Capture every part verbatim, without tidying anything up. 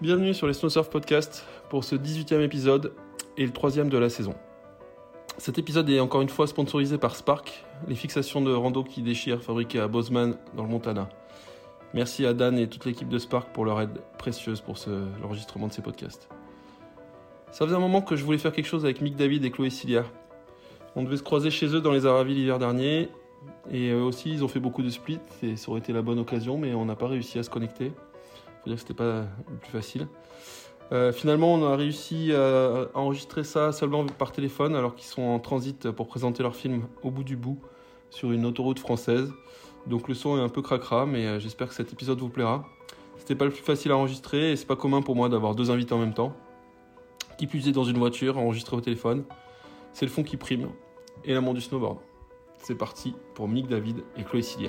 Bienvenue sur les Snowsurf Podcast pour ce dix-huitième épisode et le troisième de la saison. Cet épisode est encore une fois sponsorisé par Spark, les fixations de rando qui déchirent fabriquées à Bozeman dans le Montana. Merci à Dan et toute l'équipe de Spark pour leur aide précieuse pour ce, l'enregistrement de ces podcasts. Ça faisait un moment que je voulais faire quelque chose avec Mick David et Chloé Cilia. On devait se croiser chez eux dans les Aravis l'hiver dernier et eux aussi ils ont fait beaucoup de splits et ça aurait été la bonne occasion, mais on n'a pas réussi à se connecter. Faut dire que c'était pas le plus facile. Euh, finalement, on a réussi à enregistrer ça seulement par téléphone alors qu'ils sont en transit pour présenter leur film Au bout du bout sur une autoroute française. Donc le son est un peu cracra, mais j'espère que cet épisode vous plaira. C'était pas le plus facile à enregistrer et c'est pas commun pour moi d'avoir deux invités en même temps. Qui plus est dans une voiture, enregistré au téléphone. C'est le fond qui prime et l'amour du snowboard. C'est parti pour Mick David et Chloé Cilia.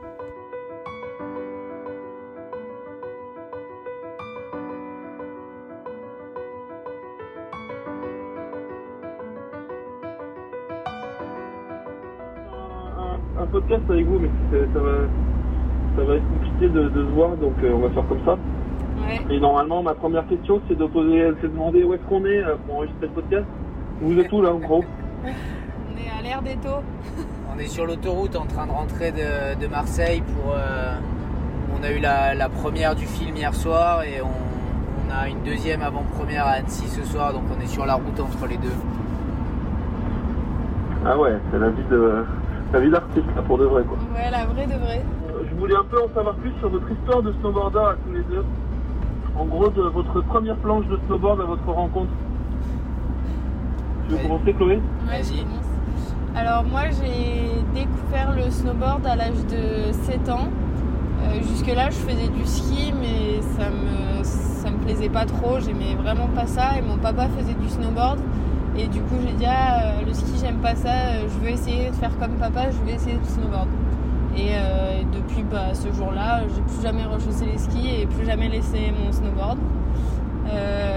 Un podcast avec vous, mais ça va, ça va être compliqué de, de se voir, donc euh, on va faire comme ça. Ouais. Et normalement, ma première question, c'est de poser, c'est de demander où est-ce qu'on est euh, pour enregistrer le podcast. Vous êtes où là, en gros? On est à l'Air des Taux. On est sur l'autoroute en train de rentrer de, de Marseille pour. Euh, on a eu la, la première du film hier soir et on, on a une deuxième avant-première à Annecy ce soir, donc on est sur la route entre les deux. Ah ouais, c'est la vie de. La vie d'artiste, là, pour de vrai, quoi. Ouais, la vraie de vrai. Euh, je voulais un peu en savoir plus sur votre histoire de snowboarder à tous les deux. En gros, de votre première planche de snowboard à votre rencontre. Tu veux Vas-y. commencer, Chloé? Ouais, je commence. Alors moi, j'ai découvert le snowboard à l'âge de sept ans. Euh, jusque-là, je faisais du ski, mais ça me, ça me plaisait pas trop. J'aimais vraiment pas ça. Et mon papa faisait du snowboard. Et du coup, j'ai dit, ah, le ski, j'aime pas ça, je veux essayer de faire comme papa, je vais essayer de snowboard. Et, euh, et depuis bah, ce jour-là, j'ai plus jamais rechaussé les skis et plus jamais laissé mon snowboard. Euh,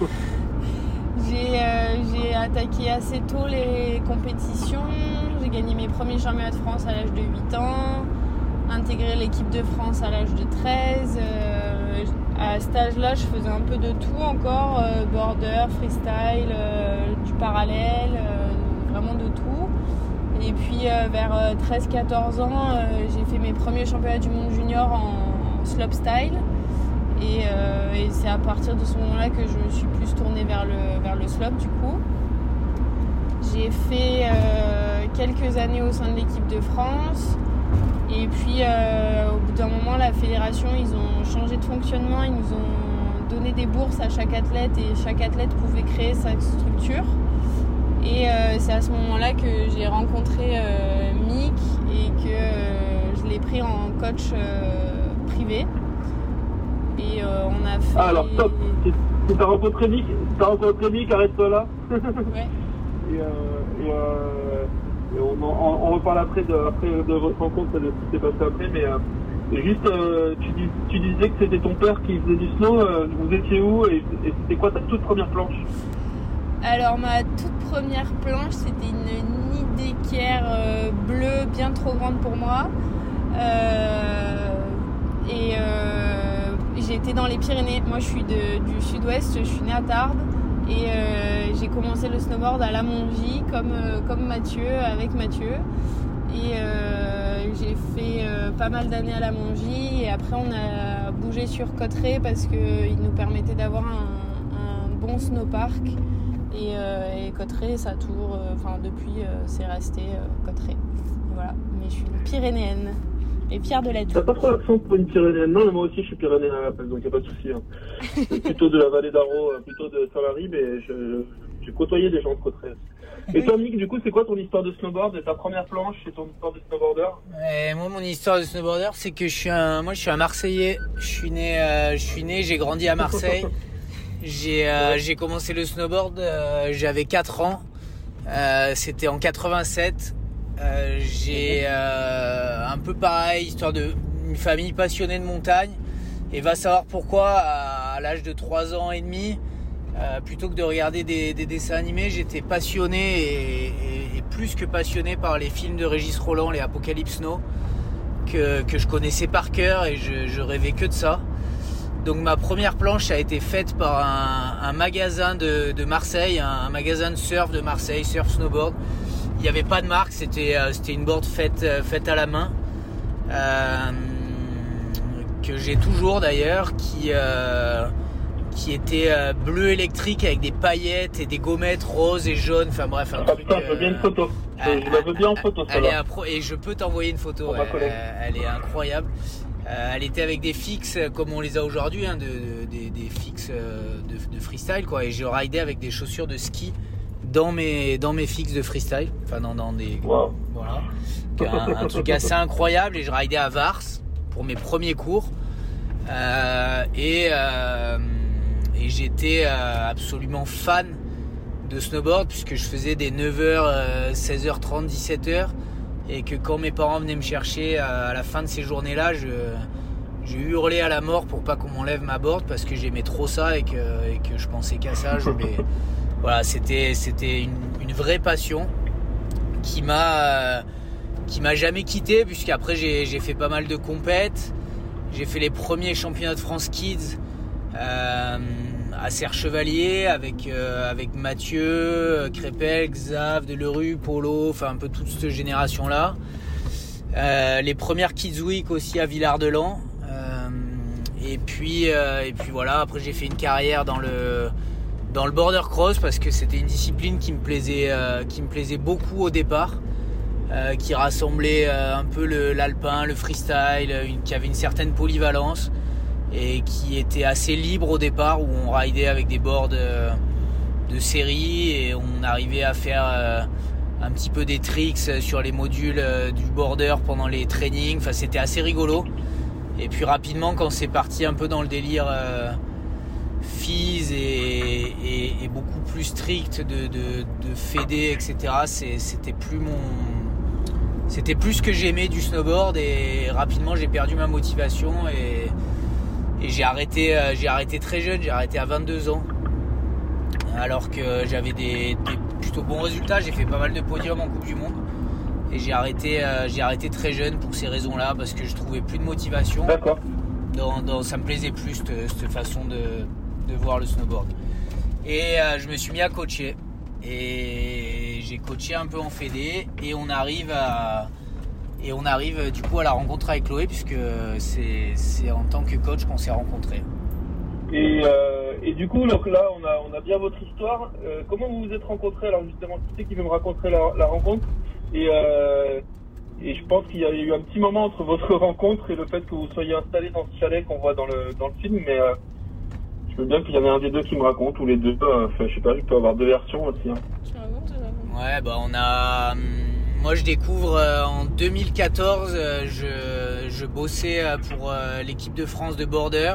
j'ai, euh, j'ai attaqué assez tôt les compétitions, j'ai gagné mes premiers championnats de France à l'âge de huit ans, intégré l'équipe de France à l'âge de treize. Euh, À cet âge-là, je faisais un peu de tout encore, euh, border, freestyle, euh, du parallèle, euh, vraiment de tout. Et puis euh, vers euh, treize quatorze ans, euh, j'ai fait mes premiers championnats du monde junior en, en slopestyle. Et, euh, et c'est à partir de ce moment-là que je me suis plus tournée vers le, vers le slope du coup. J'ai fait euh, quelques années au sein de l'équipe de France. Et puis, euh, au bout d'un moment, la fédération, ils ont changé de fonctionnement. Ils nous ont donné des bourses à chaque athlète et chaque athlète pouvait créer sa structure. Et euh, c'est à ce moment-là que j'ai rencontré euh, Mick et que euh, je l'ai pris en coach euh, privé. Et euh, on a fait... Ah, alors, top. Si t'as rencontré Mick, si t'as rencontré Mick, arrête-toi là. Ouais. Et, euh, et, euh, et on, en, on reparle après de, après de votre rencontre, de ce qui s'est passé après, mais euh, juste, euh, tu, dis, tu disais que c'était ton père qui faisait du snow, euh, vous étiez où et, et c'était quoi ta toute première planche? Alors ma toute première planche, c'était une Nidecker euh, bleue, bien trop grande pour moi. Euh, et euh, j'ai été dans les Pyrénées. Moi je suis de, du sud-ouest, je suis née à Tarbes. Et euh, j'ai commencé le snowboard à la Mongie, comme, euh, comme Mathieu, avec Mathieu. Et euh, j'ai fait euh, pas mal d'années à la Mongie. Et après, on a bougé sur Cotterêts parce qu'il nous permettait d'avoir un, un bon snowpark. Et, euh, et Cotterêts, ça a toujours... Enfin, euh, depuis, euh, c'est resté euh, Cotterêts. Voilà. Mais je suis une Pyrénéenne. Et fière de l'être. T'as pas trop l'accent pour une Pyrénéenne? Non, mais moi aussi je suis Pyrénéen à la place, donc y a pas de souci. Hein. C'est plutôt de la vallée d'Arro, plutôt de Saint-Lary, mais je, j'ai côtoyé des gens de Cotterêts. Et toi, Mick, du coup, c'est quoi ton histoire de snowboard? Ta première planche, c'est ton histoire de snowboarder? Et moi, mon histoire de snowboarder, c'est que je suis un, moi, je suis un Marseillais. Je suis né, euh, je suis né, j'ai grandi à Marseille. J'ai, euh, j'ai commencé le snowboard, euh, j'avais quatre ans. Euh, c'était en quatre-vingt-sept. Euh, j'ai euh, un peu pareil, histoire de une famille passionnée de montagne. Et va savoir pourquoi, à, à l'âge de trois ans et demi, euh, plutôt que de regarder des, des dessins animés, j'étais passionné et, et, et plus que passionné par les films de Régis Rolland, les Apocalypse Now, que, que je connaissais par cœur et je, je rêvais que de ça. Donc ma première planche a été faite par un, un magasin de, de Marseille, un, un magasin de surf de Marseille, Surf Snowboard. Il n'y avait pas de marque, c'était, euh, c'était une board faite, euh, faite à la main, euh, que j'ai toujours d'ailleurs, qui, euh, qui était euh, bleu électrique avec des paillettes et des gommettes roses et jaunes. Enfin bref, un ah, truc. Putain, je veux bien une photo. Je, euh, je la veux bien en photo, elle est impro- Et je peux t'envoyer une photo. Elle, elle, elle est incroyable. Euh, elle était avec des fixes comme on les a aujourd'hui, hein, de, de, des, des fixes de, de freestyle, quoi. Et je ridais avec des chaussures de ski dans mes, dans mes fixes de freestyle. Enfin, dans, dans des. Wow. Voilà. Un, un truc assez incroyable. Et je ridais à Vars pour mes premiers cours. Euh, et, euh, et j'étais euh, absolument fan de snowboard puisque je faisais des neuf heures, euh, seize heures trente, dix-sept heures. Et que quand mes parents venaient me chercher à la fin de ces journées-là, je, je hurlais à la mort pour pas qu'on m'enlève ma board parce que j'aimais trop ça et que, et que je pensais qu'à ça. Je voulais... Voilà, c'était, c'était une, une vraie passion qui m'a, qui m'a jamais quitté puisqu'après j'ai, j'ai fait pas mal de compètes. J'ai fait les premiers championnats de France Kids euh, à Serre-Chevalier avec, euh, avec Mathieu, Crépel, Xav, Delerue, Polo, enfin un peu toute cette génération-là. Euh, les premières Kids Week aussi à Villard-de-Lans. Euh, et, puis, euh, et puis voilà, après j'ai fait une carrière dans le, dans le border cross parce que c'était une discipline qui me plaisait, euh, qui me plaisait beaucoup au départ. Euh, qui rassemblait euh, un peu le, l'alpin, le freestyle, une, qui avait une certaine polyvalence et qui était assez libre au départ où on ridait avec des boards euh, de série et on arrivait à faire euh, un petit peu des tricks sur les modules euh, du border pendant les trainings. Enfin, c'était assez rigolo. Et puis rapidement, quand c'est parti un peu dans le délire euh, Fizz et, et, et beaucoup plus strict de, de, de fédé, et cetera, c'est, c'était plus mon... C'était plus ce que j'aimais du snowboard et rapidement j'ai perdu ma motivation et, et j'ai arrêté, j'ai arrêté très jeune, j'ai arrêté à vingt-deux ans alors que j'avais des, des plutôt bons résultats, j'ai fait pas mal de podiums en Coupe du Monde et j'ai arrêté, j'ai arrêté très jeune pour ces raisons-là parce que je trouvais plus de motivation. D'accord. Dans, dans, ça me plaisait plus cette, cette façon de, de voir le snowboard et euh, je me suis mis à coacher. Et j'ai coaché un peu en fédé et on arrive à et on arrive du coup à la rencontre avec Chloé puisque c'est, c'est en tant que coach qu'on s'est rencontrés. Et, euh, et du coup donc là on a on a bien votre histoire. Euh, comment vous vous êtes rencontrés? Alors justement, qui c'est qui veut me raconter la, la rencontre? Et euh, et je pense qu'il y a eu un petit moment entre votre rencontre et le fait que vous soyez installés dans ce chalet qu'on voit dans le dans le film, mais euh, je veux bien qu'il y en ait un des deux qui me raconte, ou les deux, euh, enfin je sais pas, je peux avoir deux versions aussi. Hein. Tu racontes, tu racontes. Ouais, bah on a... Moi je découvre euh, en deux mille quatorze, euh, je, je bossais pour euh, l'équipe de France de border.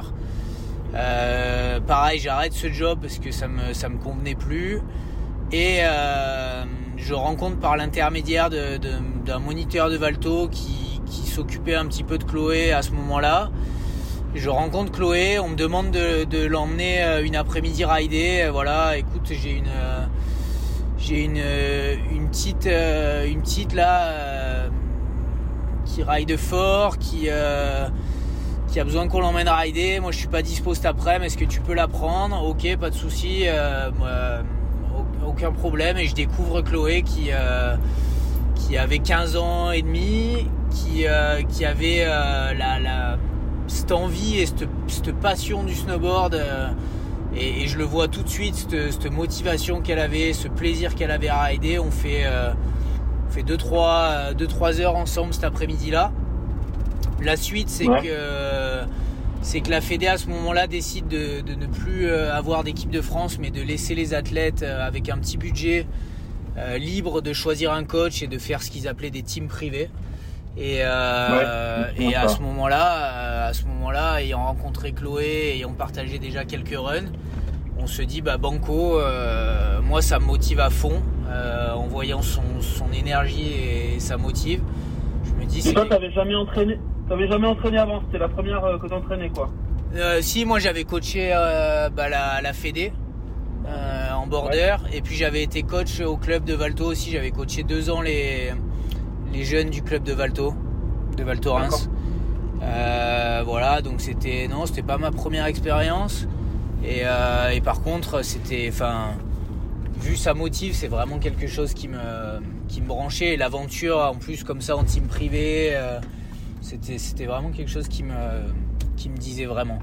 Euh, pareil, j'arrête ce job parce que ça me, ça me convenait plus. Et euh, je rencontre par l'intermédiaire de, de, d'un moniteur de Valto qui, qui s'occupait un petit peu de Chloé à ce moment-là. Je rencontre Chloé, on me demande de, de l'emmener une après-midi rider. Voilà, écoute, j'ai une, j'ai une, une petite, une petite là qui ride fort, qui, qui a besoin qu'on l'emmène rider. Moi, je suis pas dispo cet après-midi. Est-ce que tu peux la prendre? Ok, pas de souci, euh, aucun problème. Et je découvre Chloé qui, qui avait quinze ans et demi, qui, qui avait la, la cette envie et cette, cette passion du snowboard euh, et, et je le vois tout de suite, cette, cette motivation qu'elle avait, ce plaisir qu'elle avait à rider. On fait euh, on fait deux trois heures ensemble cet après-midi là. La suite c'est ouais. que euh, c'est que la Fédé à ce moment-là décide de, de ne plus avoir d'équipe de France mais de laisser les athlètes avec un petit budget euh, libre de choisir un coach et de faire ce qu'ils appelaient des teams privés. Et, euh, ouais, et à ce moment-là, à ce moment-là, ayant rencontré Chloé, ayant partagé déjà quelques runs, on se dit bah banco, euh, moi ça me motive à fond, euh, en voyant son, son énergie et sa motive. Je me dis. Et toi, t'avais jamais entraîné, t'avais jamais entraîné avant, c'était la première que t'entraînais quoi. Euh, si, moi j'avais coaché euh, bah, la, la Fédé euh, en border, ouais. Et puis j'avais été coach au club de Valto aussi. J'avais coaché deux ans les les jeunes du club de Valto, de Val Thorens. Euh, voilà, donc c'était non, c'était pas ma première expérience. Et, euh, et par contre, c'était, enfin, vu sa motive, c'est vraiment quelque chose qui me, qui me branchait. Et l'aventure, en plus, comme ça, en team privé, euh, c'était, c'était vraiment quelque chose qui me, qui me disait vraiment.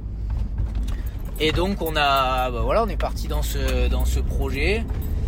Et donc, on a, bah voilà, on est parti dans ce, dans ce projet.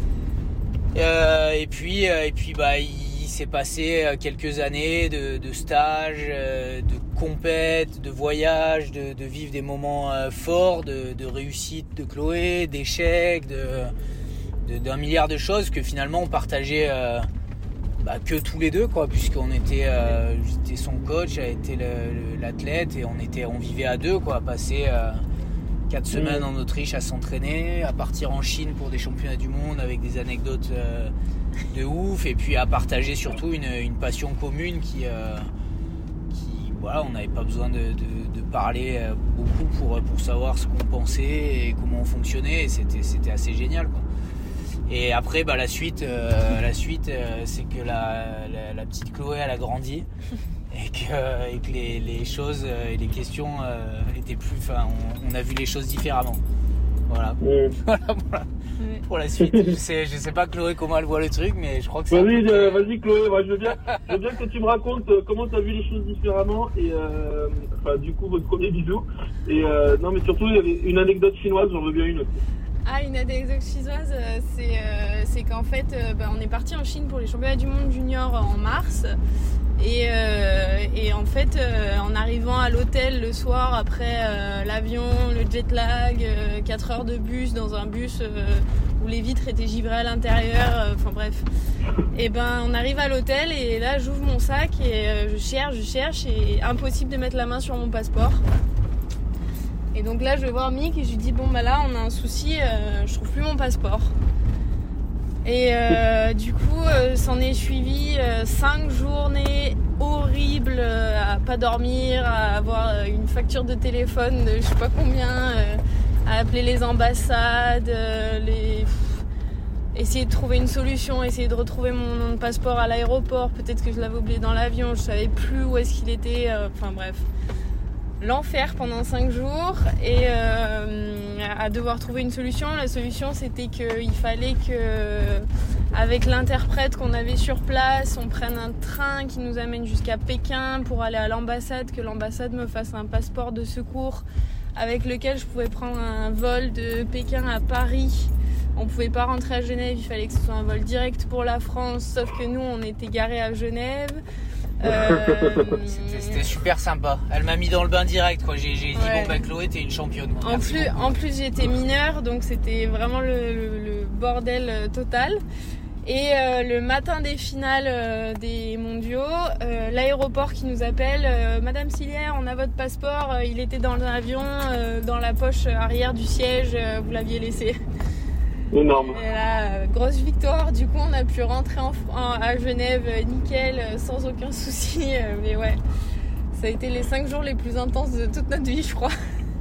Euh, et puis, et puis, bah, il s'est passé quelques années de, de stages, de compètes, de voyages, de, de vivre des moments forts, de, de réussite de Chloé, d'échecs, de, de, d'un milliard de choses que finalement on partageait euh, bah, que tous les deux, quoi, puisqu'on était, euh, j'étais son coach, elle était le, le, l'athlète et on était, on vivait à deux, quoi, à passer euh, quatre semaines en Autriche à s'entraîner, à partir en Chine pour des championnats du monde avec des anecdotes euh, de ouf, et puis à partager surtout une, une passion commune qui, euh, qui voilà, on n'avait pas besoin de, de, de parler beaucoup pour, pour savoir ce qu'on pensait et comment on fonctionnait, et c'était, c'était assez génial, quoi. Et après, bah, la suite, euh, la suite euh, c'est que la, la, la petite Chloé, elle a grandi. Et que, et que les, les choses et les questions euh, étaient plus. Enfin, on, on a vu les choses différemment. Voilà. Mmh. Voilà, voilà. Mmh. Pour la suite. Je sais, je sais pas Chloé comment elle voit le truc, mais je crois que c'est. Vas-y, euh, vas-y Chloé. Moi, je veux bien, je veux bien que tu me racontes euh, comment tu as vu les choses différemment et euh, enfin, du coup votre premier bisou. Et euh, non, mais surtout il y avait une anecdote chinoise. J'en veux bien une aussi. Ah, une anecdote chinoise, euh, c'est, euh, c'est qu'en fait, euh, bah, on est parti en Chine pour les championnats du monde junior en mars. Et, euh, et en fait, euh, en arrivant à l'hôtel le soir après euh, l'avion, le jet lag, euh, quatre heures de bus dans un bus euh, où les vitres étaient givrées à l'intérieur, enfin euh, bref. Et ben, on arrive à l'hôtel et là, j'ouvre mon sac et euh, je cherche, je cherche et impossible de mettre la main sur mon passeport. Et donc là, je vais voir Mick et je lui dis bon bah là, on a un souci, euh, je trouve plus mon passeport. Et euh, du coup, euh, s'en est suivi euh, cinq journées horribles euh, à pas dormir, à avoir euh, une facture de téléphone de je sais pas combien, euh, à appeler les ambassades, euh, les... Pff, essayer de trouver une solution, essayer de retrouver mon nom de passeport à l'aéroport. Peut-être que je l'avais oublié dans l'avion, je savais plus où est-ce qu'il était. Euh, enfin bref. L'enfer pendant cinq jours et euh, à devoir trouver une solution. La solution, c'était qu'il fallait que, avec l'interprète qu'on avait sur place, on prenne un train qui nous amène jusqu'à Pékin pour aller à l'ambassade, que l'ambassade me fasse un passeport de secours avec lequel je pouvais prendre un vol de Pékin à Paris. On pouvait pas rentrer à Genève, il fallait que ce soit un vol direct pour la France, sauf que nous, on était garés à Genève. Euh... C'était, c'était super sympa. Elle m'a mis dans le bain direct, quoi. J'ai, j'ai dit ouais. Bon bah Chloé, t'es une championne. En plus, en plus, j'étais mineure, donc c'était vraiment le, le, le bordel total. Et euh, le matin des finales euh, des mondiaux, euh, l'aéroport qui nous appelle, euh, Madame Silière, on a votre passeport, euh, il était dans l'avion, euh, dans la poche arrière du siège, euh, vous l'aviez laissé. Énorme. Et là, grosse victoire, du coup on a pu rentrer en, en, à Genève nickel, sans aucun souci, mais ouais, ça a été les cinq jours les plus intenses de toute notre vie, je crois.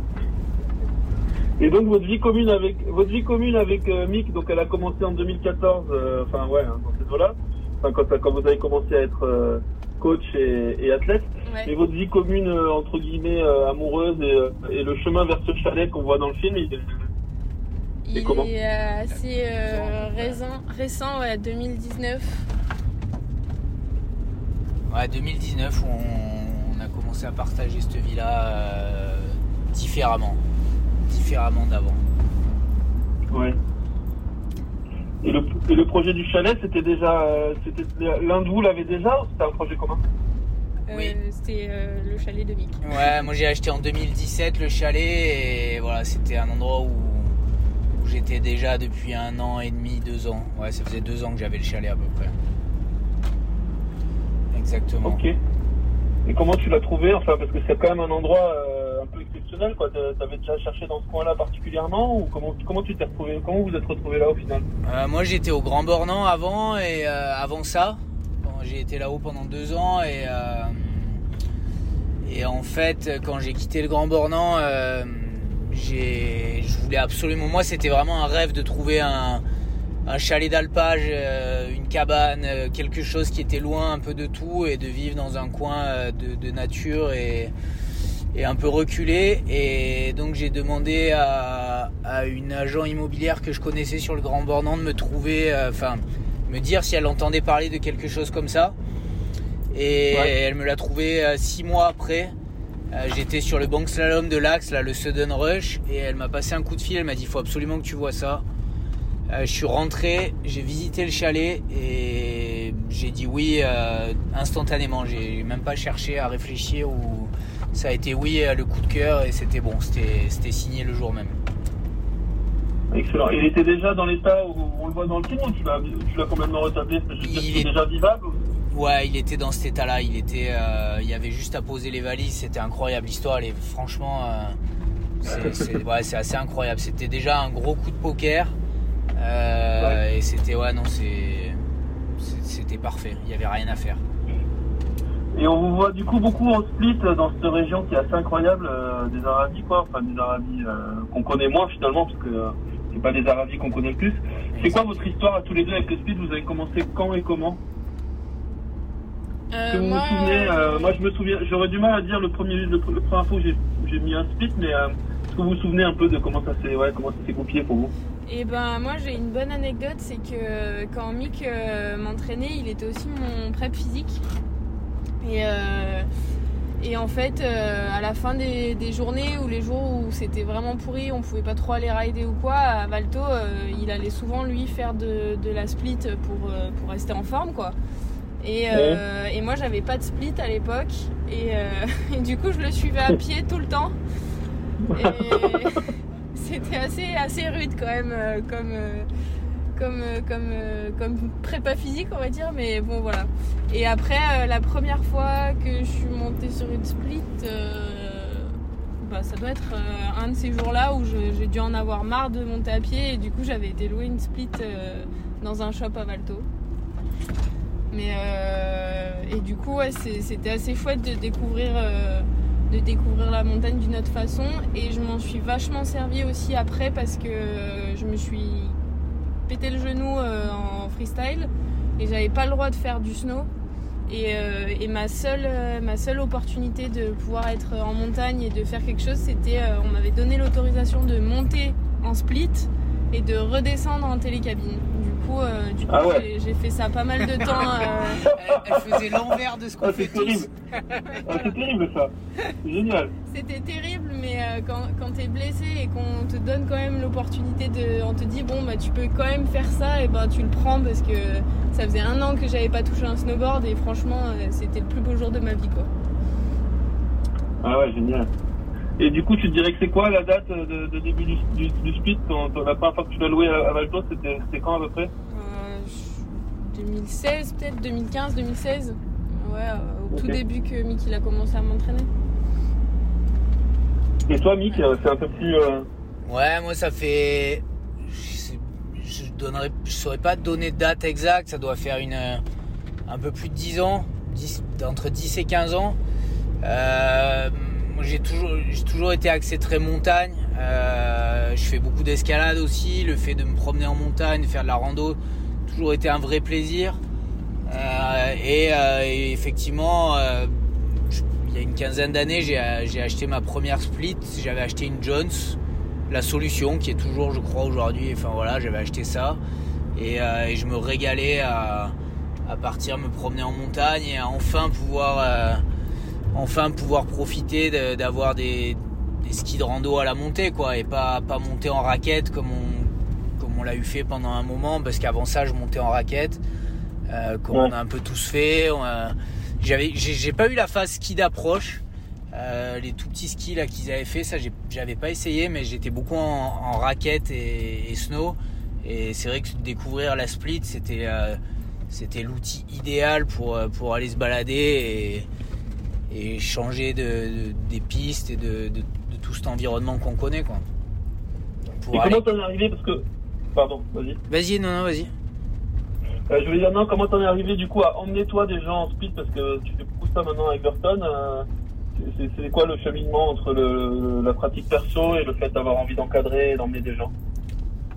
Et donc votre vie commune avec votre vie commune avec euh, Mick, donc elle a commencé en deux mille quatorze, euh, enfin ouais, hein, dans ces eaux-là, enfin quand, quand vous avez commencé à être euh, coach et, et athlète, ouais. Et votre vie commune euh, entre guillemets euh, amoureuse et, euh, et le chemin vers ce chalet qu'on voit dans le film, il est Il est euh, assez euh, récent, récent, ouais, deux mille dix-neuf. Ouais, deux mille dix-neuf, où on, on a commencé à partager cette vie-là euh, différemment. Différemment d'avant. Ouais. Et le, et le projet du chalet, c'était déjà. C'était, l'un de vous l'avait déjà ou c'était un projet commun ? Euh, oui. C'était euh, le chalet de Mick. Ouais, moi j'ai acheté en deux mille dix-sept le chalet et voilà, c'était un endroit où. J'étais déjà depuis un an et demi, deux ans. Ouais, ça faisait deux ans que j'avais le chalet à peu près. Exactement. Ok. Et comment tu l'as trouvé ? Enfin, parce que c'est quand même un endroit euh, un peu exceptionnel, quoi. T'avais déjà cherché dans ce coin-là particulièrement ou comment, comment tu t'es retrouvé ? Comment vous êtes retrouvé là au final ? euh, Moi, j'étais au Grand Bornand avant et euh, avant ça, bon, j'ai été là-haut pendant deux ans et euh, et en fait, quand j'ai quitté le Grand Bornand. Euh, J'ai, je voulais absolument, moi c'était vraiment un rêve de trouver un, un chalet d'alpage, euh, une cabane, euh, quelque chose qui était loin un peu de tout et de vivre dans un coin euh, de, de nature et, et un peu reculé. Et donc j'ai demandé à, à une agent immobilière que je connaissais sur le Grand Bornand de me trouver, enfin euh, me dire si elle entendait parler de quelque chose comme ça. Et ouais. Elle me l'a trouvé euh, six mois après. Euh, j'étais sur le bank slalom de l'Axe, là, le Sudden Rush, et elle m'a passé un coup de fil. Elle m'a dit il faut absolument que tu vois ça. Euh, je suis rentré, j'ai visité le chalet et j'ai dit oui euh, instantanément. J'ai même pas cherché à réfléchir ou ça a été oui le coup de cœur et c'était bon, c'était, c'était signé le jour même. Excellent. Il était déjà dans l'état où on le voit dans le film ou tu l'as, tu l'as complètement retablé? Il est déjà vivable? Ouais, il était dans cet état-là. Il était, euh, il y avait juste à poser les valises. C'était incroyable. L'histoire, elle est franchement, euh, c'est, c'est, ouais, c'est assez incroyable. C'était déjà un gros coup de poker. Euh, ouais. Et c'était ouais non c'est, c'est c'était parfait, il n'y avait rien à faire. Et on vous voit du coup beaucoup en split dans cette région qui est assez incroyable, euh, des Aravis quoi, enfin des Aravis euh, qu'on connaît moins finalement parce que euh, c'est pas des Aravis qu'on connaît le plus. C'est quoi votre histoire à tous les deux avec le split? Vous avez commencé quand et comment? euh, que vous moi... vous souvenez euh, moi je me souviens, j'aurais du mal à dire le premier le, le première fois où j'ai, où j'ai mis un split, mais euh, est-ce que vous vous souvenez un peu de comment ça s'est ouais comment ça s'est goupillé pour vous? Et ben moi j'ai une bonne anecdote, c'est que quand Mick euh, m'entraînait, il était aussi mon prep physique. Et, euh, et en fait, euh, à la fin des, des journées ou les jours où c'était vraiment pourri, on pouvait pas trop aller rider ou quoi, à Valto, euh, il allait souvent lui faire de, de la split pour, euh, pour rester en forme quoi. Et, euh, et moi j'avais pas de split à l'époque et, euh, et du coup je le suivais à pied tout le temps. Et c'était assez, assez rude quand même euh, comme, euh, comme, euh, comme, euh, comme prépa physique on va dire, mais bon voilà. Et après euh, la première fois que je suis montée sur une split, euh, bah, ça doit être euh, un de ces jours là où je, j'ai dû en avoir marre de monter à pied et du coup j'avais été louer une split euh, dans un shop à Valto. Mais euh, et du coup ouais, c'est, c'était assez chouette de découvrir euh, de découvrir la montagne d'une autre façon et je m'en suis vachement servi aussi après parce que je me suis pété le genou euh, en freestyle et j'avais pas le droit de faire du snow et, euh, et ma seule euh, ma seule opportunité de pouvoir être en montagne et de faire quelque chose, c'était euh, on m'avait donné l'autorisation de monter en split et de redescendre en télécabine. Du coup, euh, du coup ah ouais. j'ai, j'ai fait ça pas mal de temps. Euh... Elle, elle faisait l'envers de ce qu'on ah, fait tous. Ah, c'est terrible ça. C'est génial. C'était terrible, mais euh, quand, quand t'es blessé et qu'on te donne quand même l'opportunité de, on te dit bon bah tu peux quand même faire ça, et ben tu le prends parce que ça faisait un an que j'avais pas touché un snowboard et franchement euh, c'était le plus beau jour de ma vie quoi. Ah ouais, génial. Et du coup, tu te dirais que c'est quoi la date de, de début du, du, du split quand, quand la première fois que tu l'as loué à, à Valto, c'était, c'était quand à peu près euh, deux mille seize peut-être, deux mille quinze, deux mille seize. Ouais, au okay. tout début que Mick il a commencé à m'entraîner. Et toi, Mick, ouais. c'est un peu plus... Euh... Ouais, moi ça fait... Je donnerais, je saurais pas te donner de date exacte, ça doit faire une, un peu plus de dix ans, dix, entre dix et quinze ans. Euh... J'ai toujours, j'ai toujours été axé très montagne. Euh, je fais beaucoup d'escalade aussi. Le fait de me promener en montagne, de faire de la rando, toujours été un vrai plaisir. Euh, et, euh, et effectivement, euh, je, il y a une quinzaine d'années, j'ai, j'ai acheté ma première split. J'avais acheté une Jones, la Solution, qui est toujours, je crois, aujourd'hui. Enfin voilà, j'avais acheté ça. Et, euh, et je me régalais à, à partir me promener en montagne et à enfin pouvoir... Euh, enfin pouvoir profiter de, d'avoir des, des skis de rando à la montée quoi et pas, pas monter en raquette comme on, comme on l'a eu fait pendant un moment parce qu'avant ça je montais en raquette euh, comme ouais. on a un peu tous fait on a, j'avais, j'ai, j'ai pas eu la phase ski d'approche euh, les tout petits skis là qu'ils avaient fait ça j'ai, j'avais pas essayé mais j'étais beaucoup en, en raquette et, et snow et c'est vrai que découvrir la split c'était, euh, c'était l'outil idéal pour, pour aller se balader et et changer de, de, des pistes et de, de, de tout cet environnement qu'on connaît quoi. Pour et aller... comment t'en es arrivé parce que pardon vas-y vas-y non non vas-y euh, je veux dire non comment t'en es arrivé du coup à emmener toi des gens en speed parce que tu fais beaucoup ça maintenant avec Burton euh, c'est, c'est quoi le cheminement entre le, la pratique perso et le fait d'avoir envie d'encadrer et d'emmener des gens?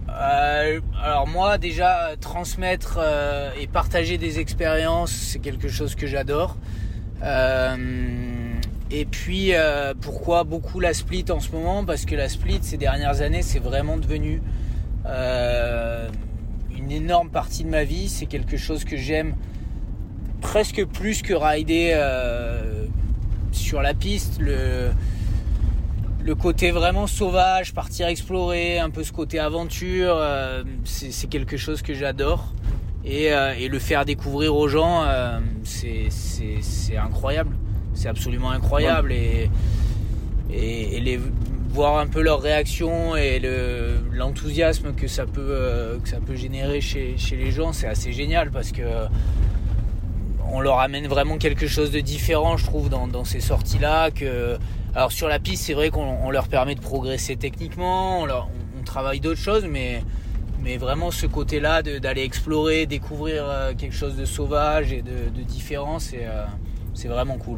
Euh, alors moi déjà transmettre euh, et partager des expériences, c'est quelque chose que j'adore. Euh, et puis euh, pourquoi beaucoup la split en ce moment? Parce que la split ces dernières années c'est vraiment devenu euh, une énorme partie de ma vie. C'est quelque chose que j'aime presque plus que rider euh, sur la piste. Le Le côté vraiment sauvage, partir explorer, un peu ce côté aventure, euh, c'est, c'est quelque chose que j'adore. Et, euh, et le faire découvrir aux gens, euh, c'est, c'est, c'est incroyable. C'est absolument incroyable. Et, et, et les, voir un peu leur réaction et le, l'enthousiasme que ça peut, euh, que ça peut générer chez, chez les gens, c'est assez génial parce que on leur amène vraiment quelque chose de différent, je trouve, dans, dans ces sorties-là. Que, alors sur la piste, c'est vrai qu'on on leur permet de progresser techniquement, on, leur, on, on travaille d'autres choses, mais, mais vraiment ce côté-là de, d'aller explorer, découvrir euh, quelque chose de sauvage et de, de différent, c'est, euh, c'est vraiment cool.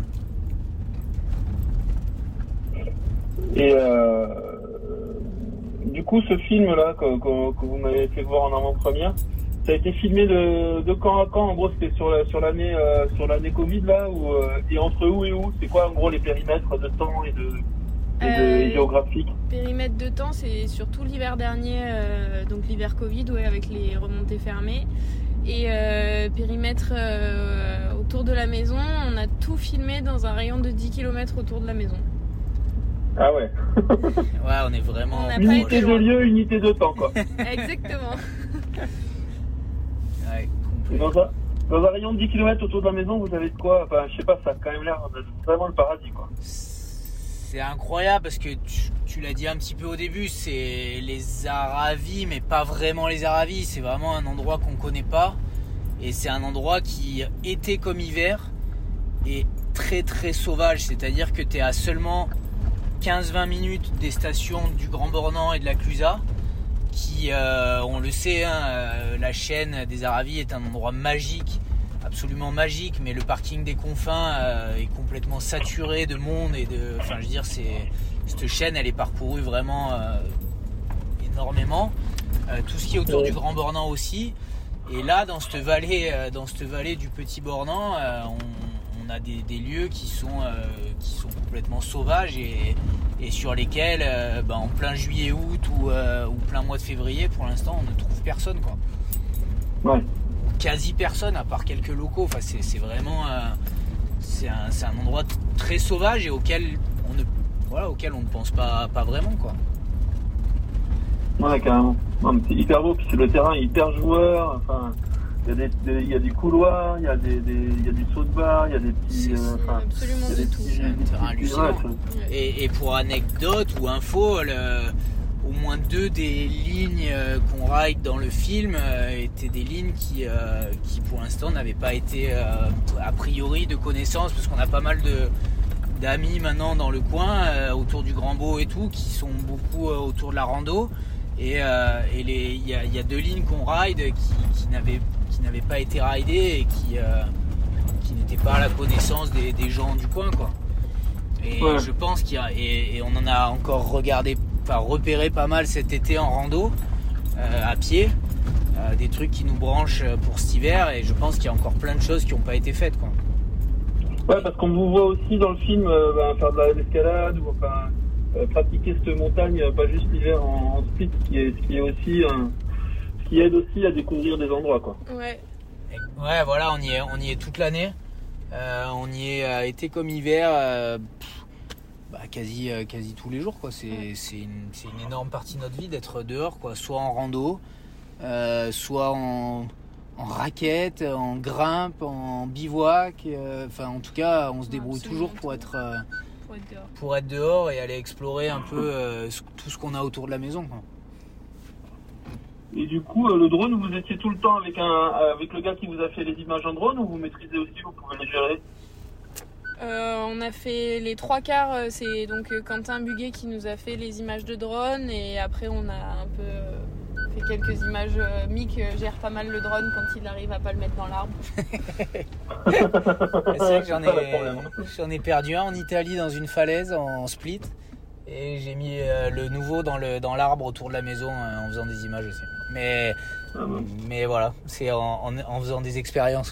Et euh, du coup, ce film-là que, que, que vous m'avez fait voir en avant-première, ça a été filmé de, de quand à quand? En gros, c'était sur, la, sur, l'année, euh, sur l'année Covid, là ou, euh, et entre où et où? C'est quoi, en gros, les périmètres de temps et de, et de euh, et géographique? Périmètre de temps, c'est surtout l'hiver dernier, euh, donc l'hiver Covid, ouais, avec les remontées fermées. Et euh, périmètre euh, autour de la maison, on a tout filmé dans un rayon de dix kilomètres autour de la maison. Ah ouais. Ouais, on est vraiment... On a pas Unité été de loin. lieu, unité de temps, quoi. Exactement. Ouais, Et dans, un, dans un rayon de dix kilomètres autour de la maison, vous avez de quoi? Enfin, je sais pas, ça a quand même l'air de vraiment le paradis, quoi. C'est incroyable parce que tu, tu l'as dit un petit peu au début, c'est les Aravis, mais pas vraiment les Aravis. C'est vraiment un endroit qu'on connaît pas. Et c'est un endroit qui, été comme hiver, est très très sauvage. C'est-à-dire que tu es à seulement quinze à vingt minutes des stations du Grand Bornand et de la Clusaz. Qui, euh, on le sait, hein, euh, la chaîne des Aravis est un endroit magique, absolument magique, mais le parking des Confins euh, est complètement saturé de monde et de, enfin, je veux dire, c'est, cette chaîne, elle est parcourue vraiment euh, énormément. Euh, tout ce qui est autour du Grand Bornand aussi. Et là, dans cette vallée, euh, dans cette vallée du Petit Bornand, euh, on, on a des, des lieux qui sont, euh, qui sont complètement sauvages et et sur lesquels, euh, ben, en plein juillet-août ou, euh, ou plein mois de février, pour l'instant, on ne trouve personne, quoi. Ouais. Quasi personne, à part quelques locaux. Enfin, c'est, c'est vraiment, euh, c'est un, c'est un endroit t- très sauvage et auquel on ne, voilà, auquel on ne pense pas, pas vraiment, quoi. Ouais, carrément. Non, mais c'est hyper beau, puis c'est le terrain est hyper joueur. Enfin, il y a des, des, il y a des couloirs, il y a des, des, il y a du saut de barre, il y a des petits. C'est, euh, c'est enfin, absolument il y a des de tout. petits- C'est un des terrain petits- hallucinant. ouais, c'est- Et, et pour anecdote ou info, le, au moins deux des lignes euh, qu'on ride dans le film euh, étaient des lignes qui, euh, qui pour l'instant n'avaient pas été euh, a priori de connaissance, parce qu'on a pas mal de, d'amis maintenant dans le coin, euh, autour du Grand Beau et tout, qui sont beaucoup euh, autour de la rando. Et euh, et les, il y a, y a deux lignes qu'on ride qui, qui, n'avaient, qui n'avaient pas été ridées et qui, euh, qui n'étaient pas à la connaissance des, des gens du coin, quoi. Et Ouais. je pense qu'il y a, et, et on en a encore regardé, enfin repéré pas mal cet été en rando, euh, à pied, euh, des trucs qui nous branchent pour cet hiver, et je pense qu'il y a encore plein de choses qui n'ont pas été faites, quoi. Ouais, parce qu'on vous voit aussi dans le film euh, ben, faire de la- l'escalade ou enfin euh, pratiquer cette montagne, euh, pas juste l'hiver en, en split, ce qui est, ce qui est aussi un, ce qui aide aussi à découvrir des endroits, quoi. Ouais. Et- ouais, voilà, on y est, on y est toute l'année. Euh, on y est euh, été comme hiver, euh, pff, bah, quasi, euh, quasi tous les jours, quoi. C'est, c'est, une, c'est une énorme partie de notre vie d'être dehors, quoi. Soit en rando, euh, soit en, en raquette, en grimpe, en bivouac. euh, Enfin, en tout cas, on se débrouille Absolument toujours pour tout. être, euh, Pour être dehors. pour être dehors et aller explorer un peu euh, ce- tout ce qu'on a autour de la maison, quoi. Et du coup, euh, le drone, vous étiez tout le temps avec un, avec le gars qui vous a fait les images en drone, ou vous maîtrisez aussi, vous pouvez les gérer? Euh, on a fait les trois quarts, euh, c'est donc euh, Quentin Buguet qui nous a fait les images de drone, et après on a un peu euh, fait quelques images. euh, Mick euh, gère pas mal le drone quand il arrive à pas le mettre dans l'arbre. C'est vrai que j'en C'est pas le ai, problème. j'en ai perdu un en Italie dans une falaise en split. Et j'ai mis euh, le nouveau dans, le, dans l'arbre autour de la maison euh, en faisant des images aussi. Mais, Ah bon. mais voilà, c'est en, en, en faisant des expériences.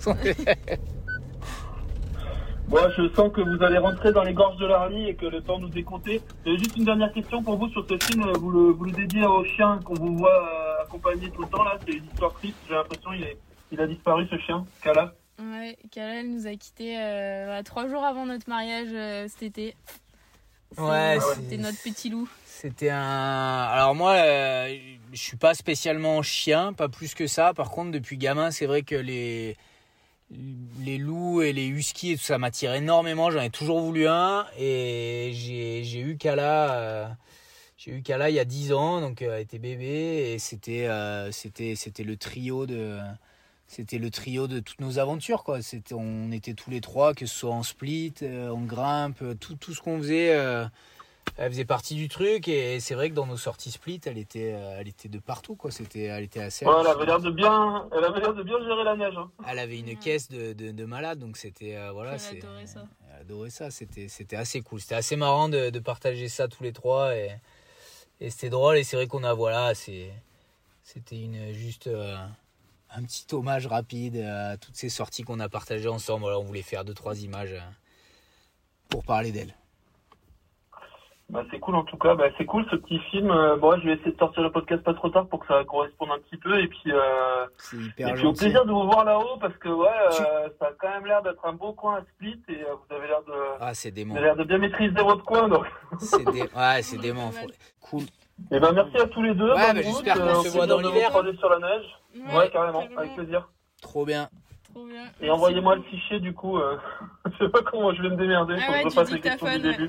Bon, je sens que vous allez rentrer dans les gorges de l'Arly et que le temps nous est compté. J'ai juste une dernière question pour vous sur ce film. Vous le, vous le dédiez au chien qu'on vous voit euh, accompagner tout le temps là. C'est une histoire triste. J'ai l'impression qu'il est, il a disparu ce chien, Kala. Ouais, Kala elle nous a quittés euh, bah, trois jours avant notre mariage euh, cet été. C'est- Ouais, c'était c'est- notre petit loup. C'était un. Alors moi, euh, je suis pas spécialement chien, pas plus que ça. Par contre, depuis gamin, c'est vrai que les les loups et les huskies et tout ça m'attirent énormément. J'en ai toujours voulu un et j'ai j'ai eu Kala. Euh, j'ai eu Kala il y a dix ans, donc euh, elle était bébé et c'était euh, c'était c'était le trio de c'était le trio de toutes nos aventures quoi. C'était on était tous les trois, que ce soit en split, euh, en grimpe, tout tout ce qu'on faisait. Euh, Elle faisait partie du truc et c'est vrai que dans nos sorties split, elle était, euh, elle était de partout quoi. C'était, elle était assez. Ouais, elle avait l'air de bien, elle avait l'air de bien gérer la neige. Hein. Elle avait une caisse de, de, de malade, donc c'était euh, voilà. Elle c'est, adorait ça. Elle adorait ça. C'était, c'était assez cool. C'était assez marrant de, de partager ça tous les trois et, et c'était drôle. Et c'est vrai qu'on a voilà, c'est, c'était une juste euh, un petit hommage rapide à toutes ces sorties qu'on a partagées ensemble. Voilà, on voulait faire deux trois images euh, pour parler d'elle. Bah, c'est cool en tout cas, bah, c'est cool ce petit film. Euh, bon, ouais, je vais essayer de sortir le podcast pas trop tard pour que ça corresponde un petit peu et puis euh, C'est hyper et puis au gentil. plaisir de vous voir là-haut parce que ouais, Tu- euh, ça a quand même l'air d'être un beau coin à Split et euh, vous avez l'air de Ah, c'est dément. vous avez l'air de bien maîtriser votre coin donc. C'est dé... Ouais, c'est dément. Faut- Cool. Et ben merci à tous les deux. Ouais, bonne bah, route, j'espère qu'on euh, se au voit plaisir dans de vous l'hiver. croiser sur la neige. Ouais, carrément, avec plaisir. Trop bien. Trop bien. Et Merci envoyez-moi le beaucoup. fichier du coup. Euh... je sais pas comment je vais me démerder. Ah Faut ouais, que je tu refasse les questions dictaphones, du ouais. début.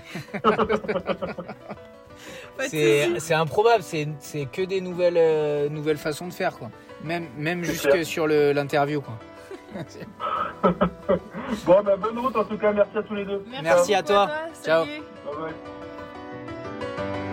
Pas de C'est, soucis. c'est improbable, c'est, c'est que des nouvelles, euh, nouvelles façons de faire, quoi. Même, même C'est jusque clair. sur le, l'interview, quoi. Bon, bah bonne route en tout cas. Merci à tous les deux. Merci à beaucoup toi. Ciao. Salut. Bye bye.